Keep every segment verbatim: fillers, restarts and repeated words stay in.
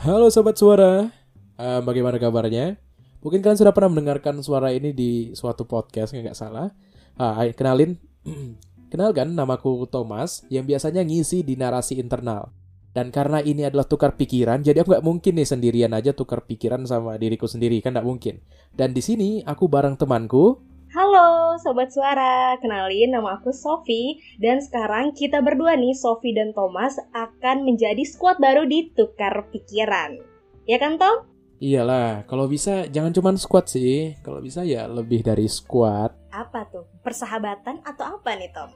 Halo Sobat Suara, Eh, bagaimana kabarnya? Mungkin kalian sudah pernah mendengarkan suara ini di suatu podcast, nggak salah. Ah, ay- kenalin, kenalkan namaku Thomas yang biasanya ngisi di narasi internal. Dan karena ini adalah tukar pikiran, jadi aku nggak mungkin nih sendirian aja tukar pikiran sama diriku sendiri, kan nggak mungkin. Dan di sini aku bareng temanku. Halo Sobat Suara, kenalin nama aku Sofi. Dan sekarang kita berdua nih, Sofi dan Thomas, akan menjadi squad baru di Tukar Pikiran. Ya kan Tom? Iyalah, kalau bisa jangan cuman squad sih, kalau bisa ya lebih dari squad. Apa tuh? Persahabatan atau apa nih Tom?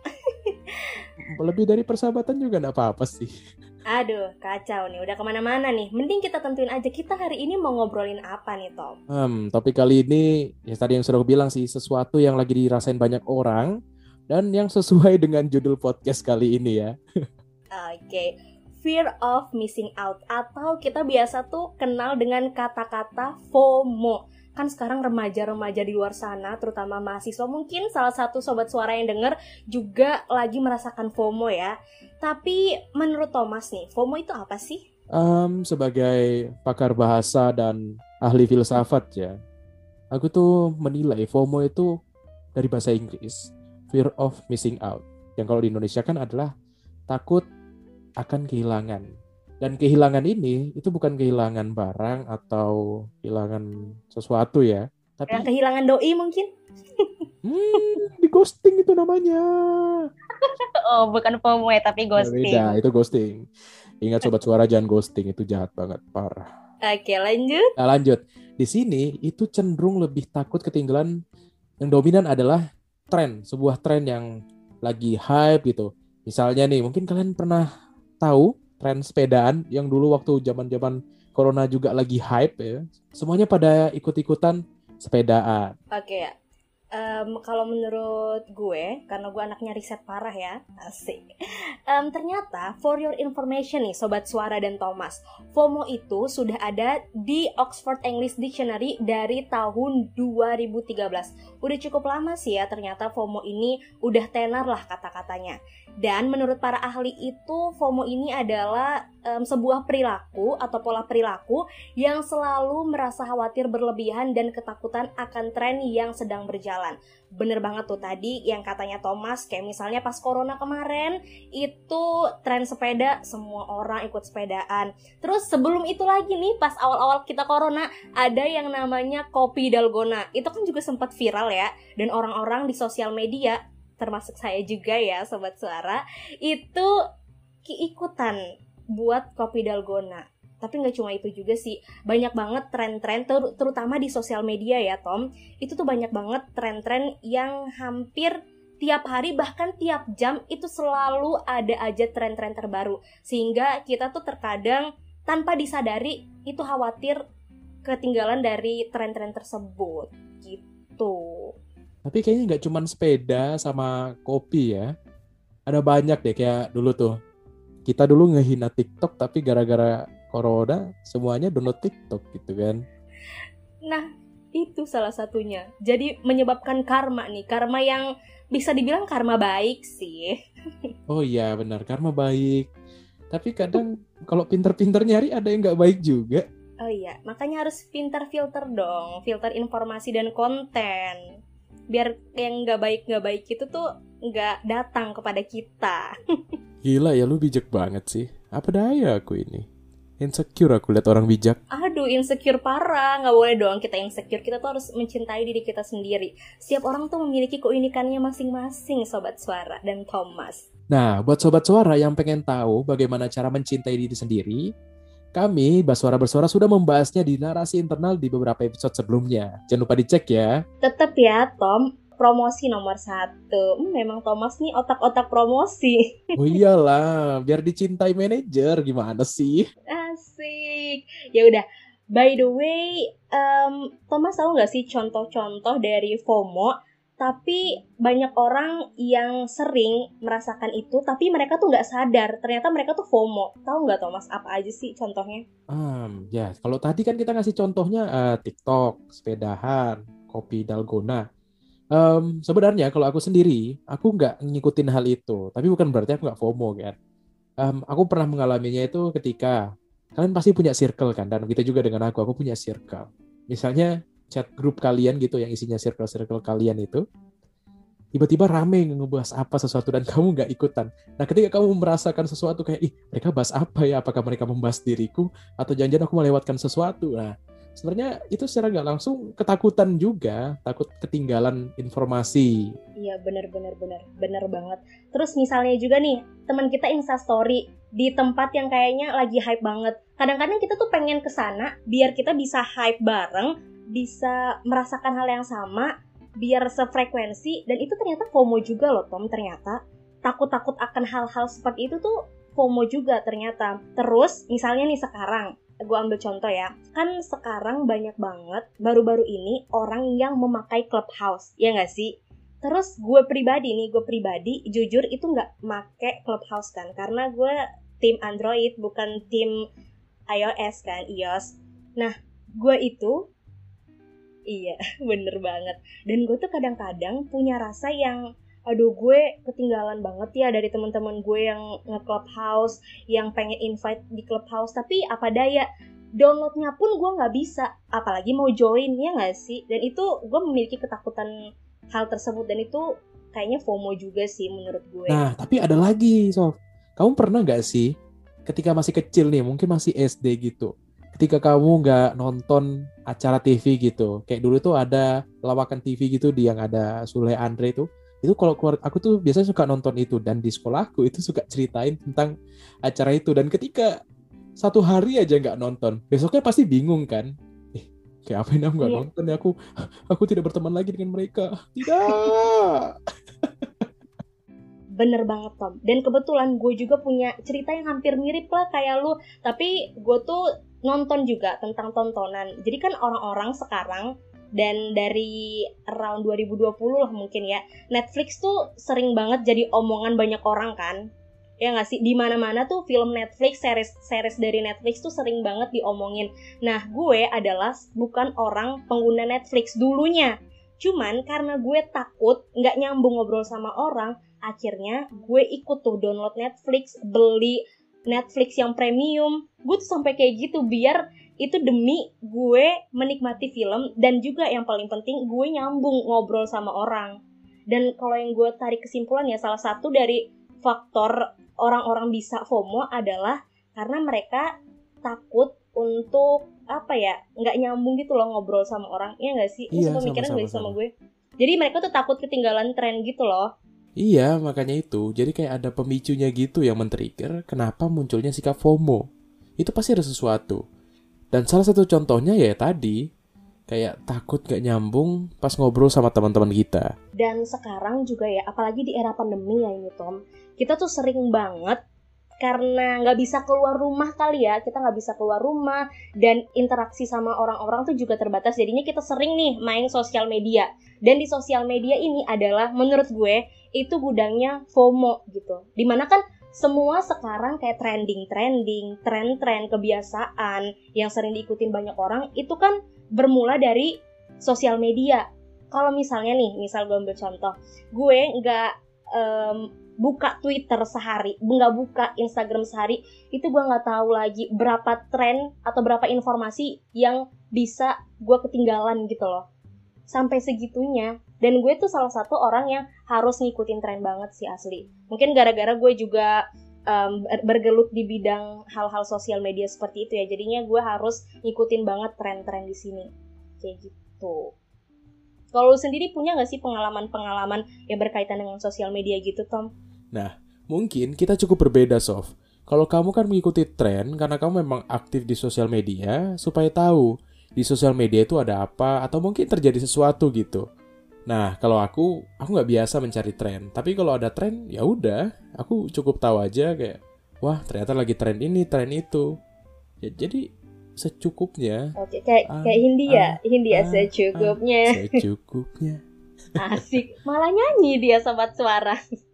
Lebih dari persahabatan juga nggak apa-apa sih. Aduh, kacau nih, udah kemana-mana nih. Mending kita tentuin aja kita hari ini mau ngobrolin apa nih Tom? Hmm, topik kali ini ya tadi yang sudah aku bilang sih sesuatu yang lagi dirasain banyak orang dan yang sesuai dengan judul podcast kali ini ya. Oke, fear of missing out atau kita biasa tuh kenal dengan kata-kata FOMO. Kan sekarang remaja-remaja di luar sana, terutama mahasiswa, mungkin salah satu sobat suara yang denger juga lagi merasakan FOMO ya. Tapi menurut Thomas nih, FOMO itu apa sih? Em, sebagai pakar bahasa dan ahli filsafat ya, aku tuh menilai FOMO itu dari bahasa Inggris, fear of missing out. Yang kalau di Indonesia kan adalah takut akan kehilangan. Dan kehilangan ini itu bukan kehilangan barang atau kehilangan sesuatu ya, Yang tapi kehilangan doi mungkin? Hmm, di ghosting itu namanya. Oh, bukan FOMO ya, tapi Ya beda, ghosting. itu ghosting. Ingat sobat suara jangan ghosting, itu jahat banget, parah. Oke, lanjut. Nah, lanjut. Di sini itu cenderung lebih takut ketinggalan. Yang dominan adalah tren, sebuah tren yang lagi hype gitu. Misalnya nih, mungkin kalian pernah tahu tren sepedaan yang dulu waktu zaman-zaman corona juga lagi hype ya. Semuanya pada ikut-ikutan sepedaan. Oke ya. Em, kalau menurut gue, karena gue anaknya riset parah ya, asik. Em, ternyata, for your information nih, Sobat Suara dan Thomas, FOMO itu sudah ada di Oxford English Dictionary dari tahun dua ribu tiga belas. Udah cukup lama sih ya, ternyata FOMO ini udah tenar lah kata-katanya. Dan menurut para ahli itu, FOMO ini adalah em, sebuah perilaku atau pola perilaku yang selalu merasa khawatir berlebihan dan ketakutan akan tren yang sedang berjalan. Bener banget tuh tadi yang katanya Thomas, kayak misalnya pas corona kemarin, itu tren sepeda, semua orang ikut sepedaan. Terus sebelum itu lagi nih, pas awal-awal kita corona, ada yang namanya kopi dalgona. Itu kan juga sempat viral ya, dan orang-orang di sosial media, termasuk saya juga ya Sobat Suara, itu keikutan buat kopi dalgona. Tapi nggak cuma itu juga sih, banyak banget tren-tren ter- terutama di sosial media ya Tom. Itu tuh banyak banget tren-tren yang hampir tiap hari bahkan tiap jam itu selalu ada aja tren-tren terbaru. Sehingga kita tuh terkadang tanpa disadari itu khawatir ketinggalan dari tren-tren tersebut gitu. Tapi kayaknya nggak cuma sepeda sama kopi ya. Ada banyak deh kayak dulu tuh. Kita dulu ngehina TikTok tapi gara-gara corona semuanya download TikTok gitu kan. Nah, itu salah satunya. Jadi menyebabkan karma nih, karma yang bisa dibilang karma baik sih. Oh iya benar, karma baik. Tapi kadang kalau pinter-pinter nyari ada yang nggak baik juga. Oh iya, makanya harus pintar filter dong, filter informasi dan konten. Biar yang nggak baik-nggak baik itu tuh nggak datang kepada kita. Gila ya lu bijak banget sih. Apa daya aku ini. Insecure aku lihat orang bijak. Aduh, insecure parah. Nggak boleh dong kita insecure. Kita tuh harus mencintai diri kita sendiri. Setiap orang tuh memiliki keunikannya masing-masing, Sobat Suara dan Thomas. Nah, buat sobat suara yang pengen tahu bagaimana cara mencintai diri sendiri, kami, Baswara Bersuara, sudah membahasnya di narasi internal di beberapa episode sebelumnya. Jangan lupa dicek ya. Tetap ya, Tom. Promosi nomor satu. Hmm, memang Thomas nih otak-otak promosi. Oh iyalah, biar dicintai manajer gimana sih? Asik. Ya udah. By the way, em, Thomas tahu nggak sih contoh-contoh dari FOMO? Tapi banyak orang yang sering merasakan itu, tapi mereka tuh nggak sadar. Ternyata mereka tuh FOMO. Tahu nggak Thomas apa aja sih contohnya? Um, ya, kalau tadi kan kita ngasih contohnya eh, TikTok, sepedahan, kopi dalgona. Em, sebenarnya kalau aku sendiri, aku nggak ngikutin hal itu. Tapi bukan berarti aku nggak FOMO kan. Em, aku pernah mengalaminya itu ketika kalian pasti punya circle kan, dan kita juga dengan aku, aku punya circle. Misalnya chat grup kalian gitu yang isinya circle-circle kalian itu, tiba-tiba rame ngebahas apa sesuatu dan kamu nggak ikutan. Nah, ketika kamu merasakan sesuatu kayak, ih, mereka bahas apa ya? Apakah mereka membahas diriku? Atau jangan-jangan aku melewatkan sesuatu? Nah, sebenarnya itu secara nggak langsung ketakutan juga, takut ketinggalan informasi. Iya, bener-bener bener bener banget. Terus misalnya juga nih, teman kita Insta story di tempat yang kayaknya lagi hype banget. Kadang-kadang kita tuh pengen kesana biar kita bisa hype bareng, bisa merasakan hal yang sama, biar sefrekuensi, dan itu ternyata FOMO juga loh Tom. Ternyata takut-takut akan hal-hal seperti itu tuh FOMO juga ternyata. Terus misalnya nih sekarang, gue ambil contoh ya, kan sekarang banyak banget baru-baru ini orang yang memakai Clubhouse, ya nggak sih? Terus gue pribadi nih, gue pribadi jujur itu nggak make Clubhouse kan, karena gue tim Android bukan tim iOS kan, iOS. Nah, gue itu iya, bener banget. Dan gue tuh kadang-kadang punya rasa yang, aduh gue ketinggalan banget ya dari teman-teman gue yang nge-Clubhouse, yang pengen invite di Clubhouse. Tapi apa daya, downloadnya pun gue gak bisa, apalagi mau join, ya gak sih? Dan itu gue memiliki ketakutan hal tersebut, dan itu kayaknya FOMO juga sih menurut gue. Nah, tapi ada lagi, Sof. Kamu pernah gak sih, ketika masih kecil nih, mungkin masih S D gitu, ketika kamu nggak nonton acara T V gitu, kayak dulu tuh ada lawakan T V gitu di yang ada Sule Andre tuh, itu kalau keluar aku tuh biasanya suka nonton itu, dan di sekolahku itu suka ceritain tentang acara itu, dan ketika satu hari aja nggak nonton, besoknya pasti bingung kan, eh kayak apa ini aku nggak Iya. nonton ya, aku aku tidak berteman lagi dengan mereka, tidak. Bener banget Tom. Dan kebetulan gue juga punya cerita yang hampir mirip lah kayak lu, tapi gue tuh nonton juga tentang tontonan. Jadi kan orang-orang sekarang, dan dari around dua ribu dua puluh lah mungkin ya, Netflix tuh sering banget jadi omongan banyak orang kan. Ya nggak sih, di mana-mana tuh film Netflix, series series dari Netflix tuh sering banget diomongin. Nah, gue adalah bukan orang pengguna Netflix dulunya. Cuman karena gue takut nggak nyambung ngobrol sama orang, akhirnya gue ikut tuh download Netflix, beli Netflix yang premium. Gue tuh sampai kayak gitu biar itu demi gue menikmati film, dan juga yang paling penting gue nyambung ngobrol sama orang. Dan kalau yang gue tarik kesimpulan ya, salah satu dari faktor orang-orang bisa FOMO adalah karena mereka takut untuk apa ya, nggak nyambung gitu loh ngobrol sama orang, ya nggak sih? Iya, Ini pemikiran sama-sama gue sama gue. Jadi mereka tuh takut ketinggalan tren gitu loh. Iya, makanya itu. Jadi kayak ada pemicunya gitu yang men-trigger kenapa munculnya sikap FOMO. Itu pasti ada sesuatu. Dan salah satu contohnya ya tadi, kayak takut gak nyambung pas ngobrol sama teman-teman kita. Dan sekarang juga ya, apalagi di era pandemi ya ini Tom, kita tuh sering banget, karena nggak bisa keluar rumah kali ya, kita nggak bisa keluar rumah, dan interaksi sama orang-orang tuh juga terbatas, jadinya kita sering nih main sosial media. Dan di sosial media ini adalah, menurut gue, itu gudangnya FOMO gitu. Dimana kan semua sekarang kayak trending-trending, tren-tren, kebiasaan yang sering diikutin banyak orang, itu kan bermula dari sosial media. Kalau misalnya nih, misal gue ambil contoh, gue nggak um, buka Twitter sehari, nggak buka Instagram sehari, itu gue nggak tahu lagi berapa tren atau berapa informasi yang bisa gue ketinggalan gitu loh. Sampai segitunya. Dan gue tuh salah satu orang yang harus ngikutin tren banget sih asli. Mungkin gara-gara gue juga um, bergelut di bidang hal-hal sosial media seperti itu ya. Jadinya gue harus ngikutin banget tren-tren di sini. Kayak gitu. Kalau lu sendiri punya gak sih pengalaman-pengalaman yang berkaitan dengan sosial media gitu, Tom? Nah, mungkin kita cukup berbeda, Sof. Kalau kamu kan mengikuti tren karena kamu memang aktif di sosial media supaya tahu di sosial media itu ada apa atau mungkin terjadi sesuatu gitu. Nah, kalau aku, aku nggak biasa mencari tren. Tapi kalau ada tren, ya udah, aku cukup tahu aja kayak, wah ternyata lagi tren ini, tren itu. Ya, jadi secukupnya. Oke, kayak ah, kayak Hindia, ah, Hindia ah, secukupnya. Ah, secukupnya. Asik, malah nyanyi dia sobat suara.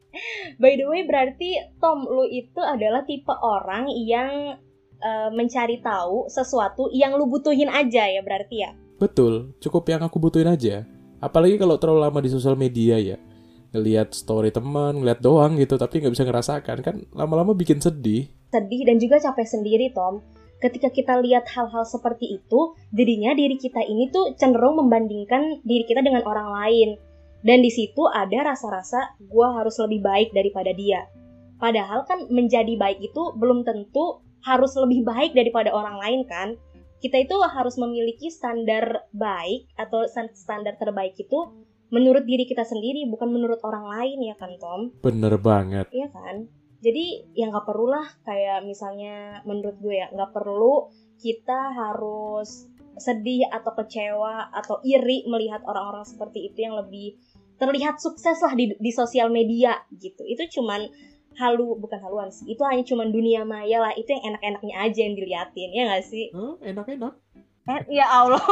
By the way, berarti Tom, lu itu adalah tipe orang yang uh, mencari tahu sesuatu yang lu butuhin aja ya berarti ya? Betul, cukup yang aku butuhin aja. Apalagi kalau terlalu lama di sosial media ya. Ngelihat story teman, ngeliat doang gitu, tapi nggak bisa ngerasakan. Kan lama-lama bikin sedih. Sedih dan juga capek sendiri, Tom. ketika kita lihat hal-hal seperti itu, jadinya diri kita ini tuh cenderung membandingkan diri kita dengan orang lain. Dan di situ ada rasa-rasa gue harus lebih baik daripada dia. Padahal kan menjadi baik itu belum tentu harus lebih baik daripada orang lain kan. Kita itu harus memiliki standar baik atau standar terbaik itu menurut diri kita sendiri, bukan menurut orang lain ya kan Tom? Bener banget. Iya kan? Jadi ya gak perlulah kayak misalnya menurut gue ya, gak perlu kita harus sedih atau kecewa atau iri melihat orang-orang seperti itu yang lebih terlihat sukses lah di, di sosial media gitu. Itu cuman halu, bukan haluan sih, itu hanya cuman dunia maya lah. Itu yang enak-enaknya aja yang diliatin, ya gak sih? Huh, enak-enak? Eh, ya Allah.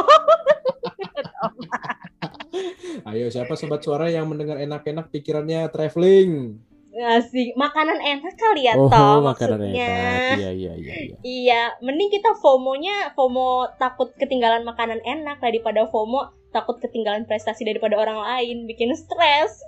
Ayo, siapa sobat suara yang mendengar enak-enak pikirannya traveling? Asik, makanan enak kali ya, Oh, Tom, makanan maksudnya. enak. Iya, iya, iya, iya. Iya, mending kita FOMO-nya FOMO takut ketinggalan makanan enak daripada FOMO takut ketinggalan prestasi daripada orang lain, bikin stres.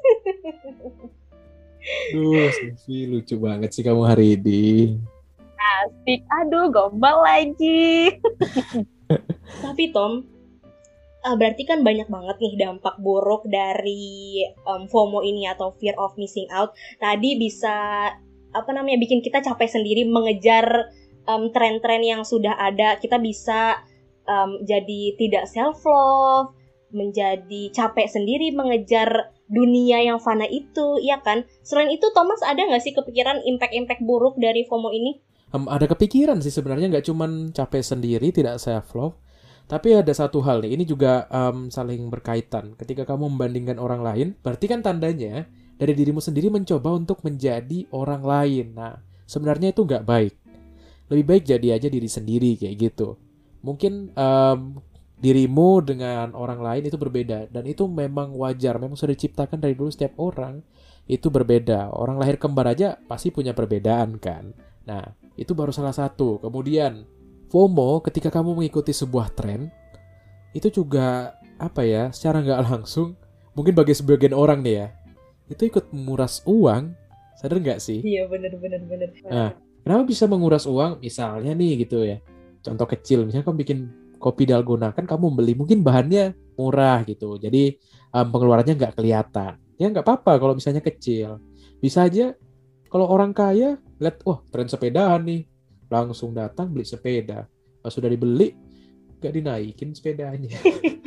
Duh, Silvi, lucu banget sih kamu hari ini. Asik, aduh gombal lagi. Tapi Tom, uh, berarti kan banyak banget nih dampak buruk dari um, FOMO ini atau fear of missing out. Tadi bisa apa namanya bikin kita capek sendiri mengejar um, tren-tren yang sudah ada. Kita bisa um, jadi tidak self love, menjadi capek sendiri mengejar dunia yang fana itu, ya kan? Selain itu, Thomas ada nggak sih kepikiran impact-impact buruk dari FOMO ini? Um, ada kepikiran sih sebenarnya, nggak cuman capek sendiri, tidak self love, tapi ada satu hal nih, ini juga um, saling berkaitan. Ketika kamu membandingkan orang lain, berarti kan tandanya dari dirimu sendiri mencoba untuk menjadi orang lain. Nah, sebenarnya itu nggak baik. Lebih baik jadi aja diri sendiri kayak gitu. Mungkin um, dirimu dengan orang lain itu berbeda, dan itu memang wajar, memang sudah diciptakan dari dulu. Setiap orang itu berbeda. Orang lahir kembar aja pasti punya perbedaan kan. Nah, itu baru salah satu. Kemudian FOMO ketika kamu mengikuti sebuah tren, itu juga apa ya, secara nggak langsung mungkin bagi sebagian orang nih ya, itu ikut menguras uang. Sadar nggak sih? Iya, benar-benar benar. Nah, kenapa bisa menguras uang? Misalnya nih gitu ya, contoh kecil, misalnya kamu bikin kopi dalgona, kan kamu beli mungkin bahannya murah gitu, jadi um, pengeluarannya nggak kelihatan. Ya nggak apa-apa kalau misalnya kecil. Bisa aja kalau orang kaya lihat, wah tren sepedahan nih, langsung datang beli sepeda. Pas sudah dibeli nggak dinaikin sepedanya.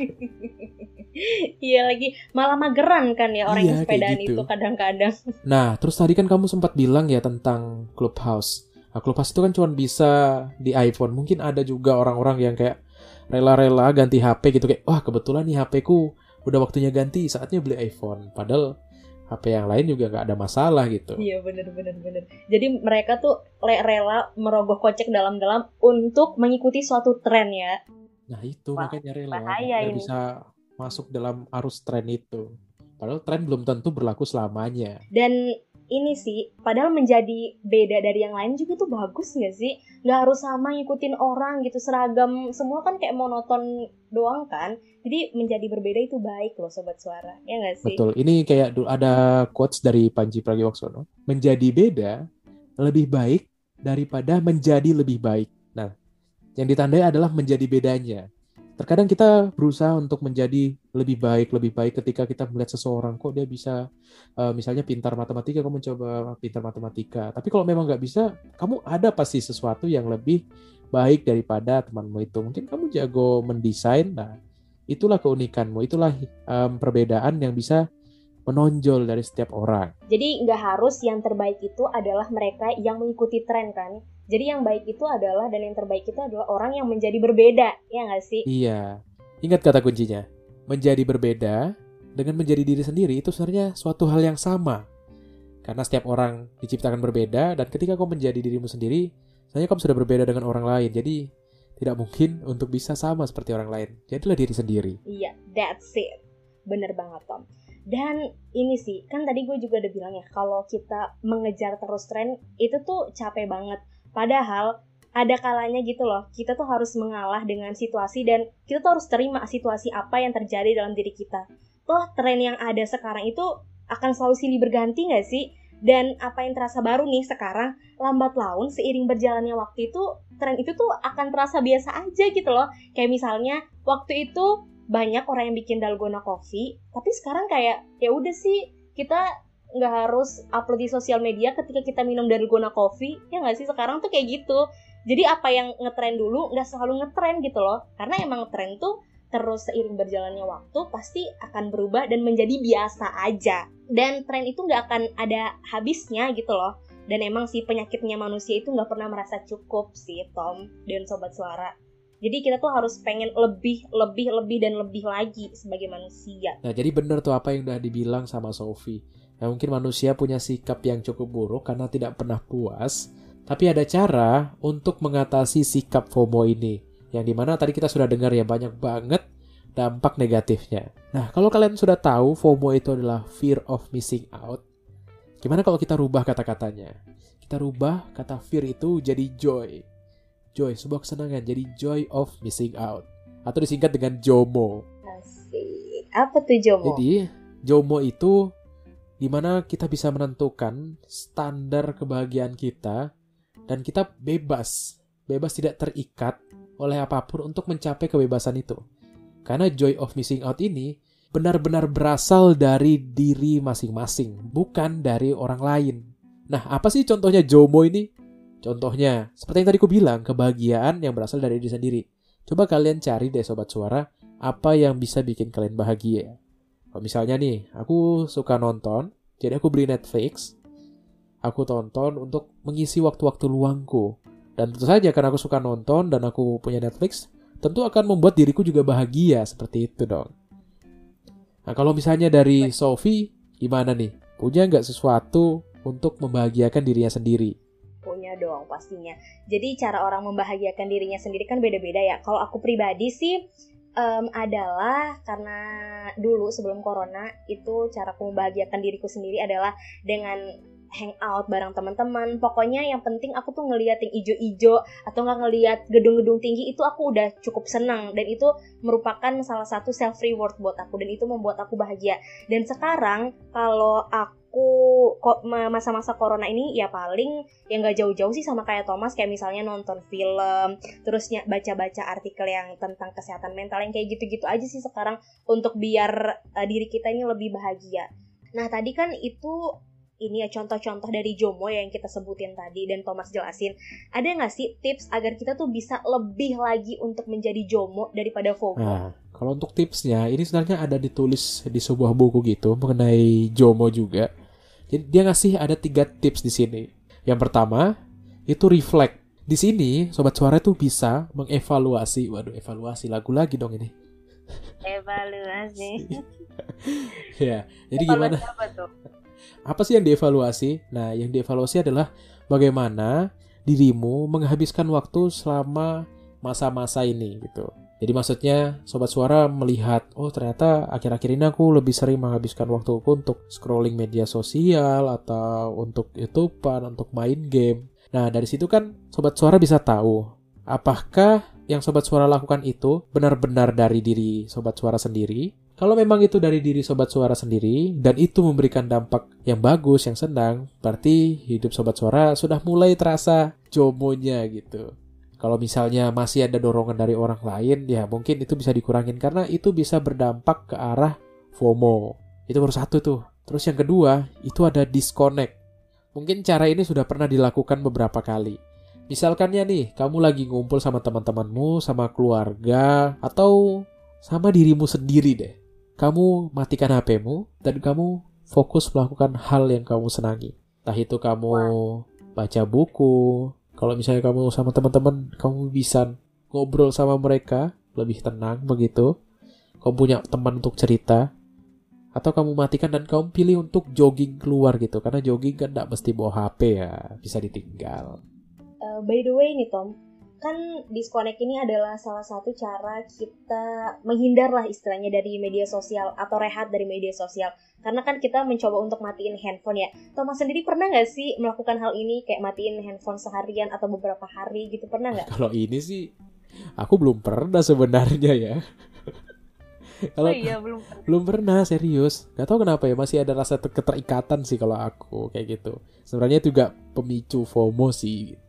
Iya lagi, malah mageran kan ya orang Iya, yang sepedaan gitu. itu kadang-kadang. Nah, terus tadi kan kamu sempat bilang ya tentang Clubhouse. Nah, Clubhouse itu kan cuma bisa di iPhone. Mungkin ada juga orang-orang yang kayak rela-rela ganti H P gitu, kayak wah kebetulan nih H P ku udah waktunya ganti, saatnya beli iPhone. Padahal H P yang lain juga nggak ada masalah gitu. Iya benar-benar benar. Jadi mereka tuh rela merogoh kocek dalam-dalam untuk mengikuti suatu tren ya. Nah itu Wah, makanya rela bahaya biar ini. bisa masuk dalam arus tren itu. Padahal tren belum tentu berlaku selamanya. Dan ini sih, padahal menjadi beda dari yang lain juga tuh bagus gak sih? Gak harus sama ngikutin orang gitu, seragam semua kan kayak monoton doang kan. Jadi menjadi berbeda itu baik loh Sobat Suara, ya gak sih? Betul, ini kayak dulu ada quotes dari Panji Pragiwaksono. Menjadi beda lebih baik daripada menjadi lebih baik. Nah, yang ditandai adalah menjadi bedanya. Terkadang kita berusaha untuk menjadi lebih baik, lebih baik ketika kita melihat seseorang, kok dia bisa, uh, misalnya pintar matematika, kamu coba pintar matematika. Tapi kalau memang nggak bisa, kamu ada pasti sesuatu yang lebih baik daripada temanmu itu. Mungkin kamu jago mendesain, nah itulah keunikanmu, itulah um, perbedaan yang bisa menonjol dari setiap orang. Jadi nggak harus yang terbaik itu adalah mereka yang mengikuti tren kan. Jadi yang baik itu adalah, dan yang terbaik itu adalah orang yang menjadi berbeda, ya nggak sih? Iya, ingat kata kuncinya, menjadi berbeda dengan menjadi diri sendiri itu sebenarnya suatu hal yang sama. Karena setiap orang diciptakan berbeda, dan ketika kau menjadi dirimu sendiri, sebenarnya kamu sudah berbeda dengan orang lain. Jadi tidak mungkin untuk bisa sama seperti orang lain. Jadilah diri sendiri. Iya, that's it. Bener banget Tom. Dan ini sih, kan tadi gue juga udah bilang ya, kalau kita mengejar terus tren, itu tuh capek banget. Padahal ada kalanya gitu loh, kita tuh harus mengalah dengan situasi, dan kita tuh harus terima situasi apa yang terjadi dalam diri kita. Toh tren yang ada sekarang itu akan selalu silih berganti gak sih? Dan apa yang terasa baru nih sekarang, lambat laun seiring berjalannya waktu itu, tren itu tuh akan terasa biasa aja gitu loh. Kayak misalnya waktu itu banyak orang yang bikin dalgona coffee, tapi sekarang kayak ya udah sih, kita nggak harus upload di sosial media ketika kita minum dalgona coffee, ya nggak sih, sekarang tuh kayak gitu. Jadi apa yang ngetren dulu nggak selalu ngetren gitu loh, karena emang tren tuh terus seiring berjalannya waktu pasti akan berubah dan menjadi biasa aja. Dan tren itu nggak akan ada habisnya gitu loh. Dan emang sih penyakitnya manusia itu nggak pernah merasa cukup sih, Tom dan Sobat Suara. Jadi kita tuh harus pengen lebih, lebih, lebih, dan lebih lagi sebagai manusia. Nah, jadi benar tuh apa yang udah dibilang sama Sophie. Nah, mungkin manusia punya sikap yang cukup buruk karena tidak pernah puas. Tapi ada cara untuk mengatasi sikap FOMO ini. Yang dimana tadi kita sudah dengar ya, banyak banget dampak negatifnya. Nah, kalau kalian sudah tahu FOMO itu adalah fear of missing out, gimana kalau kita rubah kata-katanya? Kita rubah kata fear itu jadi joy. Joy, sebuah kesenangan, jadi joy of missing out. Atau disingkat dengan JOMO. Asik. Apa tuh JOMO? Jadi, JOMO itu dimana kita bisa menentukan standar kebahagiaan kita dan kita bebas. Bebas tidak terikat oleh apapun untuk mencapai kebebasan itu. Karena joy of missing out ini benar-benar berasal dari diri masing-masing, bukan dari orang lain. Nah, apa sih contohnya JOMO ini? Contohnya, seperti yang tadi aku bilang, kebahagiaan yang berasal dari diri sendiri. Coba kalian cari deh Sobat Suara, apa yang bisa bikin kalian bahagia. Kalau misalnya nih, aku suka nonton, jadi aku beli Netflix, aku tonton untuk mengisi waktu-waktu luangku. Dan tentu saja karena aku suka nonton dan aku punya Netflix, tentu akan membuat diriku juga bahagia, seperti itu dong. Nah, kalau misalnya dari Sophie, gimana nih? Punya nggak sesuatu untuk membahagiakan dirinya sendiri? Punya dong pastinya. Jadi cara orang membahagiakan dirinya sendiri kan beda-beda ya. Kalau aku pribadi sih um, adalah karena dulu sebelum corona itu caraku membahagiakan diriku sendiri adalah dengan hangout bareng teman-teman. Pokoknya yang penting aku tuh ngeliat yang ijo-ijo atau nggak ngeliat gedung-gedung tinggi, itu aku udah cukup senang. Dan itu merupakan salah satu self reward buat aku, dan itu membuat aku bahagia. Dan sekarang kalau aku kok masa-masa corona ini ya paling yang nggak jauh-jauh sih sama kayak Thomas, kayak misalnya nonton film, terusnya baca-baca artikel yang tentang kesehatan mental, yang kayak gitu-gitu aja sih sekarang untuk biar uh, diri kita ini lebih bahagia. Nah tadi kan itu ini ya contoh-contoh dari JOMO yang kita sebutin tadi dan Thomas jelasin. Ada nggak sih tips agar kita tuh bisa lebih lagi untuk menjadi JOMO daripada FOMO? Nah, kalau untuk tipsnya, ini sebenarnya ada ditulis di sebuah buku gitu mengenai JOMO juga. Jadi dia ngasih ada tiga tips di sini. Yang pertama, itu reflect. Di sini, Sobat Suara tuh bisa mengevaluasi. Waduh, evaluasi lagu lagi dong ini. Evaluasi. Ya, jadi gimana? Apa tuh? Apa sih yang dievaluasi? Nah, yang dievaluasi adalah bagaimana dirimu menghabiskan waktu selama masa-masa ini gitu. Jadi maksudnya Sobat Suara melihat, oh ternyata akhir-akhir ini aku lebih sering menghabiskan waktuku untuk scrolling media sosial atau untuk YouTubean, untuk main game. Nah, dari situ kan Sobat Suara bisa tahu apakah yang Sobat Suara lakukan itu benar-benar dari diri Sobat Suara sendiri. Kalau memang itu dari diri Sobat Suara sendiri dan itu memberikan dampak yang bagus, yang senang, berarti hidup Sobat Suara sudah mulai terasa jomonya gitu. Kalau misalnya masih ada dorongan dari orang lain, ya mungkin itu bisa dikurangin karena itu bisa berdampak ke arah FOMO. Itu baru satu tuh. Terus yang kedua, itu ada disconnect. Mungkin cara ini sudah pernah dilakukan beberapa kali. Misalkannya nih, kamu lagi ngumpul sama teman-temanmu, sama keluarga, atau sama dirimu sendiri deh. Kamu matikan H P-mu dan kamu fokus melakukan hal yang kamu senangi. Entah itu kamu baca buku. Kalau misalnya kamu sama teman-teman, kamu bisa ngobrol sama mereka lebih tenang begitu. Kamu punya teman untuk cerita. Atau kamu matikan dan kamu pilih untuk jogging keluar gitu. Karena jogging kan gak mesti bawa H P ya. Bisa ditinggal. Uh, by the way nih Tom, kan disconnect ini adalah salah satu cara kita menghindar lah istilahnya dari media sosial atau rehat dari media sosial. Karena kan kita mencoba untuk matiin handphone ya. Thomas sendiri pernah gak sih melakukan hal ini? Kayak matiin handphone seharian atau beberapa hari gitu, pernah gak? Kalau ini sih, aku belum pernah sebenarnya ya. Kalau Oh iya, belum. belum pernah serius. Gak tahu kenapa ya, masih ada rasa ter- keterikatan sih kalau aku kayak gitu. Sebenarnya itu juga pemicu FOMO sih.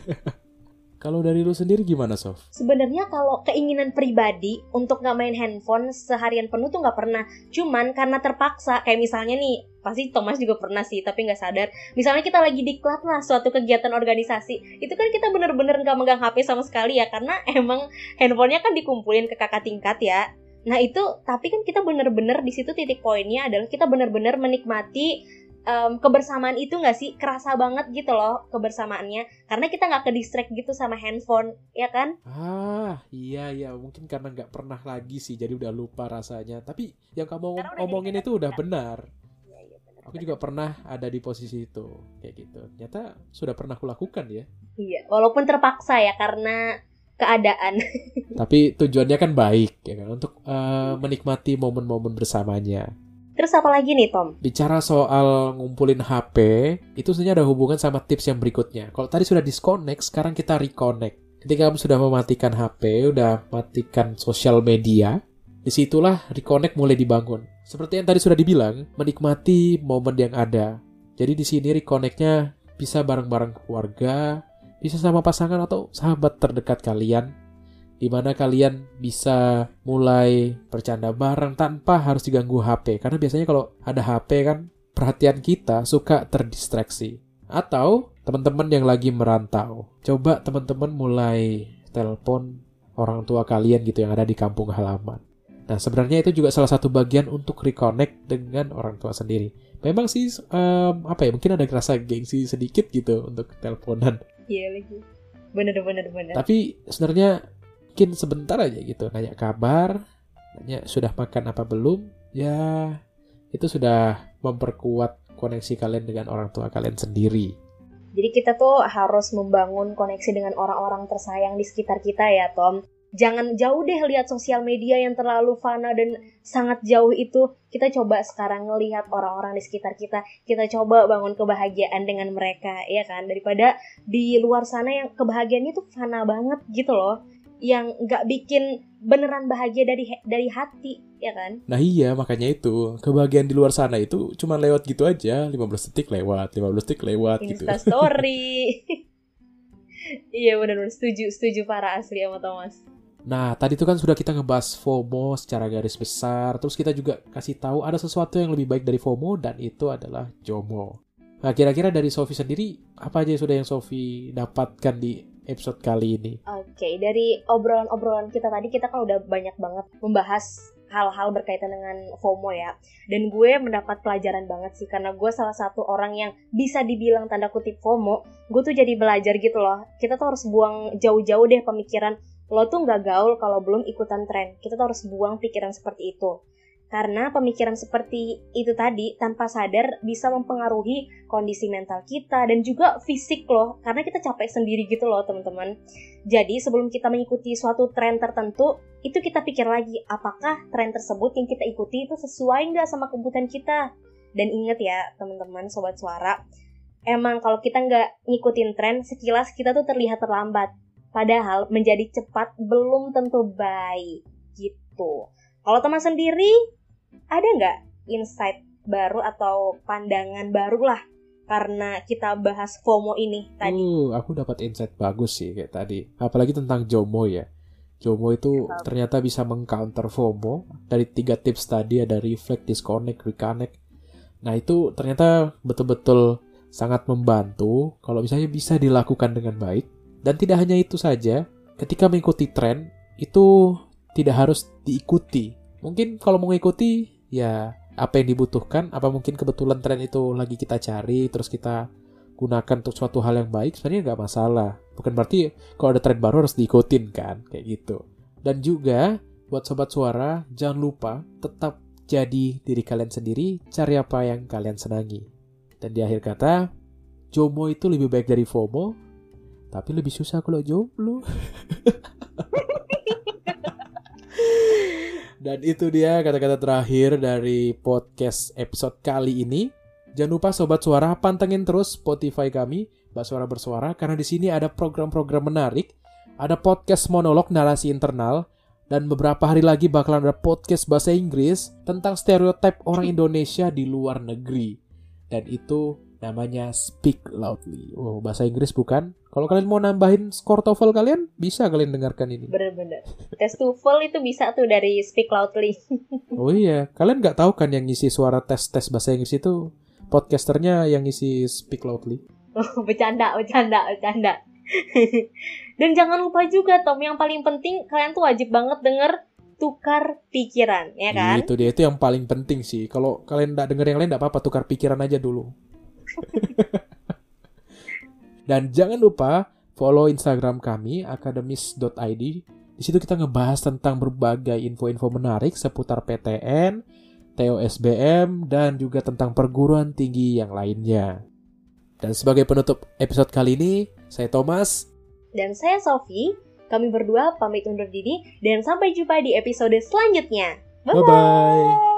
Kalau dari lu sendiri gimana, Sof? Sebenarnya kalau keinginan pribadi untuk nggak main handphone seharian penuh tuh nggak pernah. Cuman karena terpaksa, kayak misalnya nih, pasti Thomas juga pernah sih, tapi nggak sadar. Misalnya kita lagi di klub lah, suatu kegiatan organisasi, itu kan kita bener-bener nggak megang H P sama sekali ya, karena emang handphonenya kan dikumpulin ke kakak tingkat ya. Nah itu, tapi kan kita bener-bener di situ titik poinnya adalah kita bener-bener menikmati um, kebersamaan itu nggak sih, kerasa banget gitu loh kebersamaannya, karena kita nggak ke distract gitu sama handphone, ya kan? Ah, iya iya, mungkin karena nggak pernah lagi sih, jadi udah lupa rasanya. Tapi yang kamu Karena udah omongin jadi itu udah benar. Iya, iya, bener, Aku bener. juga pernah ada di posisi itu, kayak gitu. Ternyata sudah pernah kulakukan ya. Iya, walaupun terpaksa ya karena keadaan. Tapi tujuannya kan baik ya kan, untuk uh, menikmati momen-momen bersamanya. Terus apa lagi nih, Tom? Bicara soal ngumpulin H P, itu sebenarnya ada hubungan sama tips yang berikutnya. Kalau tadi sudah disconnect, sekarang kita reconnect. Ketika kamu sudah mematikan H P, udah matikan sosial media, disitulah reconnect mulai dibangun. Seperti yang tadi sudah dibilang, menikmati momen yang ada. Jadi di sini reconnect-nya bisa bareng-bareng keluarga, bisa sama pasangan atau sahabat terdekat kalian, di mana kalian bisa mulai bercanda bareng tanpa harus diganggu H P. Karena biasanya kalau ada H P kan, perhatian kita suka terdistraksi. Atau teman-teman yang lagi merantau, coba teman-teman mulai telepon orang tua kalian gitu yang ada di kampung halaman. Nah, sebenarnya itu juga salah satu bagian untuk reconnect dengan orang tua sendiri. Memang sih, um, apa ya, mungkin ada rasa gengsi sedikit gitu untuk teleponan. Iya lagi. Bener-bener bener. Tapi sebenarnya mungkin sebentar aja gitu, nanya kabar, nanya sudah makan apa belum, ya itu sudah memperkuat koneksi kalian dengan orang tua kalian sendiri. Jadi kita tuh harus membangun koneksi dengan orang-orang tersayang di sekitar kita ya, Tom. Jangan jauh deh lihat sosial media yang terlalu fana dan sangat jauh itu. Kita coba sekarang ngelihat orang-orang di sekitar kita. Kita coba bangun kebahagiaan dengan mereka, ya kan? Daripada di luar sana yang kebahagiaannya tuh fana banget gitu loh. Yang nggak bikin beneran bahagia dari dari hati, ya kan? Nah iya, makanya itu. Kebahagiaan di luar sana itu cuma lewat gitu aja. lima belas detik lewat, lima belas detik lewat gitu. Instastory. Iya benar-benar setuju, setuju para asli sama Thomas. Nah, tadi itu kan sudah kita ngebahas FOMO secara garis besar. Terus kita juga kasih tahu ada sesuatu yang lebih baik dari FOMO, dan itu adalah JOMO. Nah, kira-kira dari Sofi sendiri, apa aja sudah yang Sofi dapatkan di episode kali ini? Oke, dari obrolan-obrolan kita tadi, kita kan udah banyak banget membahas hal-hal berkaitan dengan FOMO ya. Dan gue mendapat pelajaran banget sih, karena gue salah satu orang yang bisa dibilang tanda kutip FOMO. Gue tuh jadi belajar gitu loh. Kita tuh harus buang jauh-jauh deh pemikiran, lo tuh gak gaul kalau belum ikutan tren. Kita tuh harus buang pikiran seperti itu. Karena pemikiran seperti itu tadi tanpa sadar bisa mempengaruhi kondisi mental kita dan juga fisik loh. Karena kita capek sendiri gitu loh teman-teman. Jadi sebelum kita mengikuti suatu tren tertentu, itu kita pikir lagi apakah tren tersebut yang kita ikuti itu sesuai gak sama kebutuhan kita. Dan ingat ya teman-teman Sobat Suara, emang kalau kita gak ngikutin tren, sekilas kita tuh terlihat terlambat. Padahal menjadi cepat belum tentu baik gitu. Kalau teman sendiri, ada nggak insight baru atau pandangan baru lah karena kita bahas FOMO ini tadi? Uh, aku dapat insight bagus sih kayak tadi. Apalagi tentang JOMO ya. JOMO itu ternyata bisa meng-counter FOMO. Dari tiga tips tadi ada reflect, disconnect, reconnect. Nah itu ternyata betul-betul sangat membantu kalau misalnya bisa dilakukan dengan baik. Dan tidak hanya itu saja, ketika mengikuti tren, itu tidak harus diikuti. Mungkin kalau mau mengikuti, ya apa yang dibutuhkan, apa mungkin kebetulan tren itu lagi kita cari, terus kita gunakan untuk suatu hal yang baik, sebenarnya nggak masalah. Bukan berarti kalau ada tren baru harus diikutin kan, kayak gitu. Dan juga, buat Sobat Suara, jangan lupa tetap jadi diri kalian sendiri, cari apa yang kalian senangi. Dan di akhir kata, JOMO itu lebih baik dari FOMO, tapi lebih susah kalau jomblo. Dan itu dia kata-kata terakhir dari podcast episode kali ini. Jangan lupa Sobat Suara pantengin terus Spotify kami, Mbak Suara Bersuara, karena di sini ada program-program menarik, ada podcast monolog narasi internal, Dan beberapa hari lagi bakalan ada podcast bahasa Inggris tentang stereotip orang Indonesia di luar negeri. Dan itu namanya Speak Loudly. Oh, bahasa Inggris bukan? Kalau kalian mau nambahin skor TOEFL kalian, bisa kalian dengarkan ini. Bener-bener. Tes TOEFL itu bisa tuh dari Speak Loudly. Oh iya, kalian nggak tahu kan yang ngisi suara tes-tes bahasa Inggris itu podcasternya yang ngisi Speak Loudly. Oh, bercanda, bercanda, bercanda. Dan jangan lupa juga Tom, yang paling penting kalian tuh wajib banget denger Tukar Pikiran, ya kan? Itu dia, itu yang paling penting sih. Kalau kalian nggak denger yang lain nggak apa-apa, tukar pikiran aja dulu. Dan jangan lupa follow Instagram kami akademis dot i d. Di situ kita ngebahas tentang berbagai info-info menarik seputar P T N, T O S B M, dan juga tentang perguruan tinggi yang lainnya. Dan sebagai penutup episode kali ini, saya Thomas. Dan saya Sophie. Kami berdua pamit undur diri dan sampai jumpa di episode selanjutnya. Bye-bye! Bye-bye.